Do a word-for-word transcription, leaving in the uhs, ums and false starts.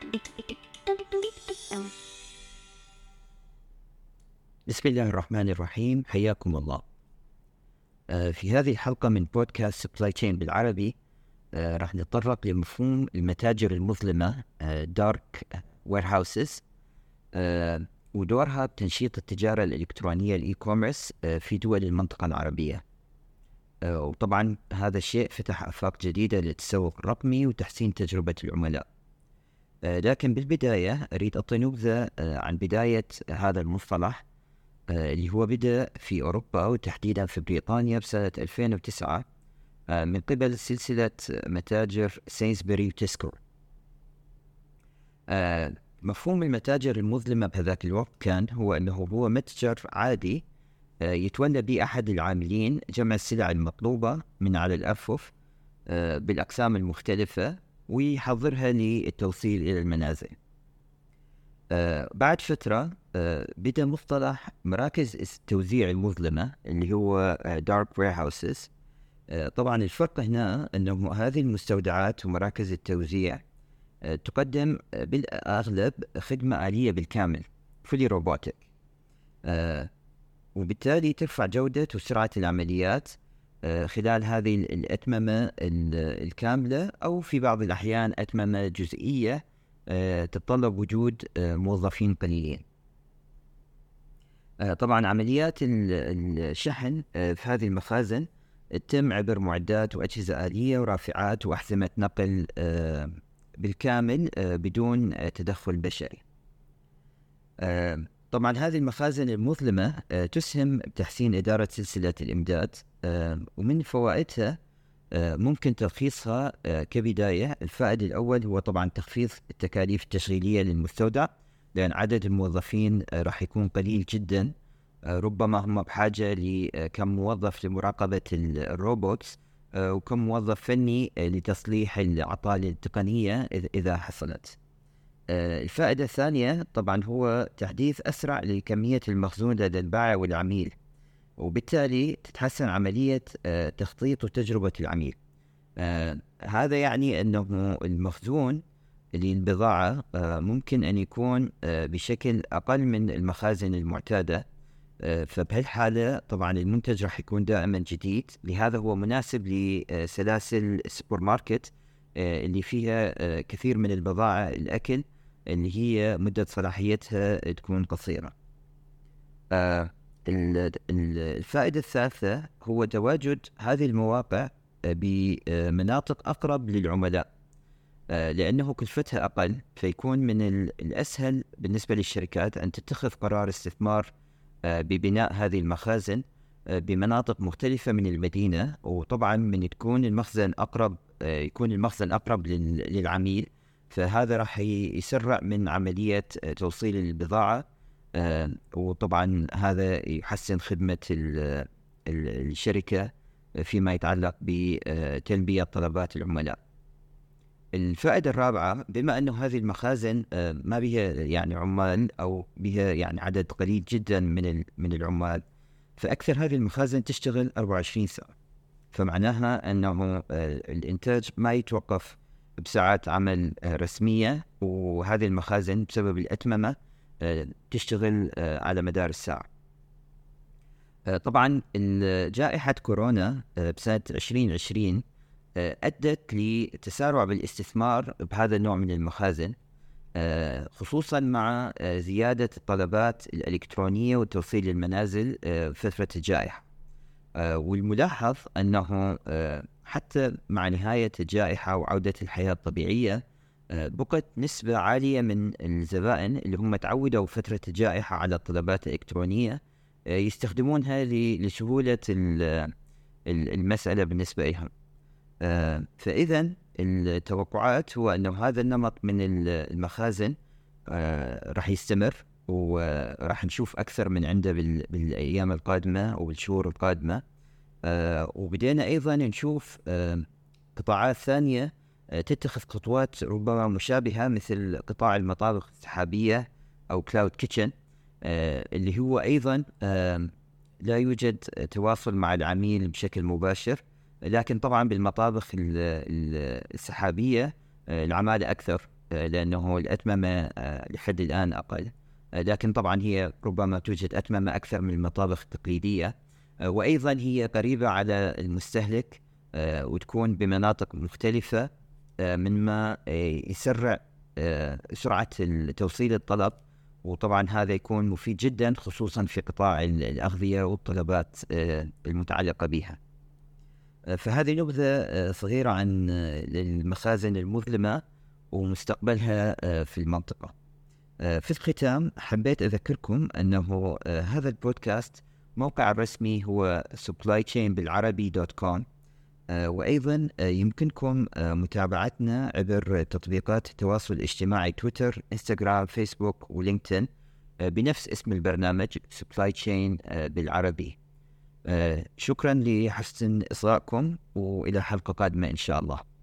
بسم الله الرحمن الرحيم، حياكم الله. في هذه الحلقة من بودكاست سبلاي تشين بالعربي راح نتطرق لمفهوم المتاجر المظلمة دارك ويرهاوسز ودورها بتنشيط التجارة الإلكترونية الإي كوميرس في دول المنطقة العربية. وطبعا هذا الشيء فتح آفاق جديدة للتسوق الرقمي وتحسين تجربة العملاء. لكن بالبداية أريد أعطي نبذة عن بداية هذا المصطلح اللي هو بدأ في أوروبا وتحديدا في بريطانيا بسنة ألفين وتسعة من قبل سلسلة متاجر سينسبري وتسكو. مفهوم المتاجر المظلمة بهذاك الوقت كان هو أنه هو متجر عادي يتولى به أحد العاملين جمع السلع المطلوبة من على الأرفف بالأقسام المختلفة ويحضرها للتوصيل إلى المنازل. آه بعد فترة آه بدأ مصطلح مراكز التوزيع المظلمة اللي هو آه Dark Warehouses. آه طبعا الفرق هنا أنه هذه المستودعات ومراكز التوزيع آه تقدم آه بالأغلب خدمة آلية بالكامل fully robotic، آه وبالتالي ترفع جودة وسرعة العمليات آه خلال هذه الأتممة الكاملة، أو في بعض الأحيان أتممة جزئية تتطلب وجود موظفين قليلين. طبعا عمليات الشحن في هذه المخازن تتم عبر معدات وأجهزة آلية ورافعات وأحزمة نقل بالكامل بدون تدخل بشري. طبعا هذه المخازن المظلمة تسهم بتحسين إدارة سلسلة الإمداد، ومن فوائدها ممكن تلخيصها كبداية. الفائدة الأول هو طبعا تخفيض التكاليف التشغيلية للمستودع، لأن عدد الموظفين راح يكون قليل جدا، ربما هم بحاجة لكم موظف لمراقبة الروبوتس وكم موظف فني لتصليح الأعطال التقنية إذا حصلت. الفائدة الثانية طبعا هو تحديث أسرع لكمية المخزون لدى البائع والعميل، وبالتالي تتحسن عملية آه تخطيط وتجربة العميل. آه هذا يعني أنه المخزون للبضاعة آه ممكن أن يكون آه بشكل أقل من المخازن المعتادة، آه فبهالحالة طبعا المنتج راح يكون دائما جديد. لهذا هو مناسب لسلاسل السوبر ماركت آه اللي فيها آه كثير من البضائع الأكل اللي هي مدة صلاحيتها تكون قصيرة. آه الفائدة الثالثة هو تواجد هذه المواقع بمناطق أقرب للعملاء، لأنه كلفتها أقل، فيكون من الأسهل بالنسبة للشركات أن تتخذ قرار استثمار ببناء هذه المخازن بمناطق مختلفة من المدينة. وطبعا من تكون المخزن أقرب يكون المخزن أقرب للعميل، فهذا راح يسرع من عملية توصيل البضاعة، آه وطبعا هذا يحسن خدمة الشركة فيما يتعلق بتلبية طلبات العملاء. الفائدة الرابعة، بما أنه هذه المخازن آه ما بها يعني عمال أو بها يعني عدد قليل جدا من من العمال، فأكثر هذه المخازن تشتغل أربعة وعشرين ساعة، فمعناها أنه آه الإنتاج ما يتوقف بساعات عمل آه رسمية، وهذه المخازن بسبب الأتممة تشتغل على مدار الساعة. طبعا جائحة كورونا بسنة عشرين عشرين أدت لتسارع بالاستثمار بهذا النوع من المخازن، خصوصا مع زيادة الطلبات الإلكترونية والتوصيل للمنازل فترة الجائحة. والملاحظ أنه حتى مع نهاية الجائحة وعودة الحياة الطبيعية بقت نسبة عالية من الزبائن اللي هم تعودوا فترة الجائحة على الطلبات الإلكترونية يستخدمونها لسهولة المسألة بالنسبة لهم. فإذا التوقعات هو أنه هذا النمط من المخازن راح يستمر، وراح نشوف أكثر من عنده بالأيام القادمة وبالشهور القادمة. وبدينا أيضا نشوف قطاعات ثانية تتخذ خطوات ربما مشابهة، مثل قطاع المطابخ السحابية أو كلاود كيتشن، اللي هو أيضا لا يوجد تواصل مع العميل بشكل مباشر، لكن طبعا بالمطابخ السحابية العمالة أكثر، لأنه الأتممة لحد الآن أقل، لكن طبعا هي ربما توجد أتممة أكثر من المطابخ التقليدية، وأيضا هي قريبة على المستهلك وتكون بمناطق مختلفة، مما يسرع سرعة توصيل الطلب، وطبعا هذا يكون مفيد جدا خصوصا في قطاع الأغذية والطلبات المتعلقة بها. فهذه نبذة صغيرة عن المخازن المظلمة ومستقبلها في المنطقة. في الختام حبيت أذكركم أنه هذا البودكاست موقع الرسمي هو supply chain بالعربي دوت كوم، وأيضا يمكنكم متابعتنا عبر تطبيقات التواصل الاجتماعي تويتر، انستغرام، فيسبوك ولينكدين بنفس اسم البرنامج supply chain بالعربي. شكرا لحسن إصغائكم، وإلى حلقة قادمة إن شاء الله.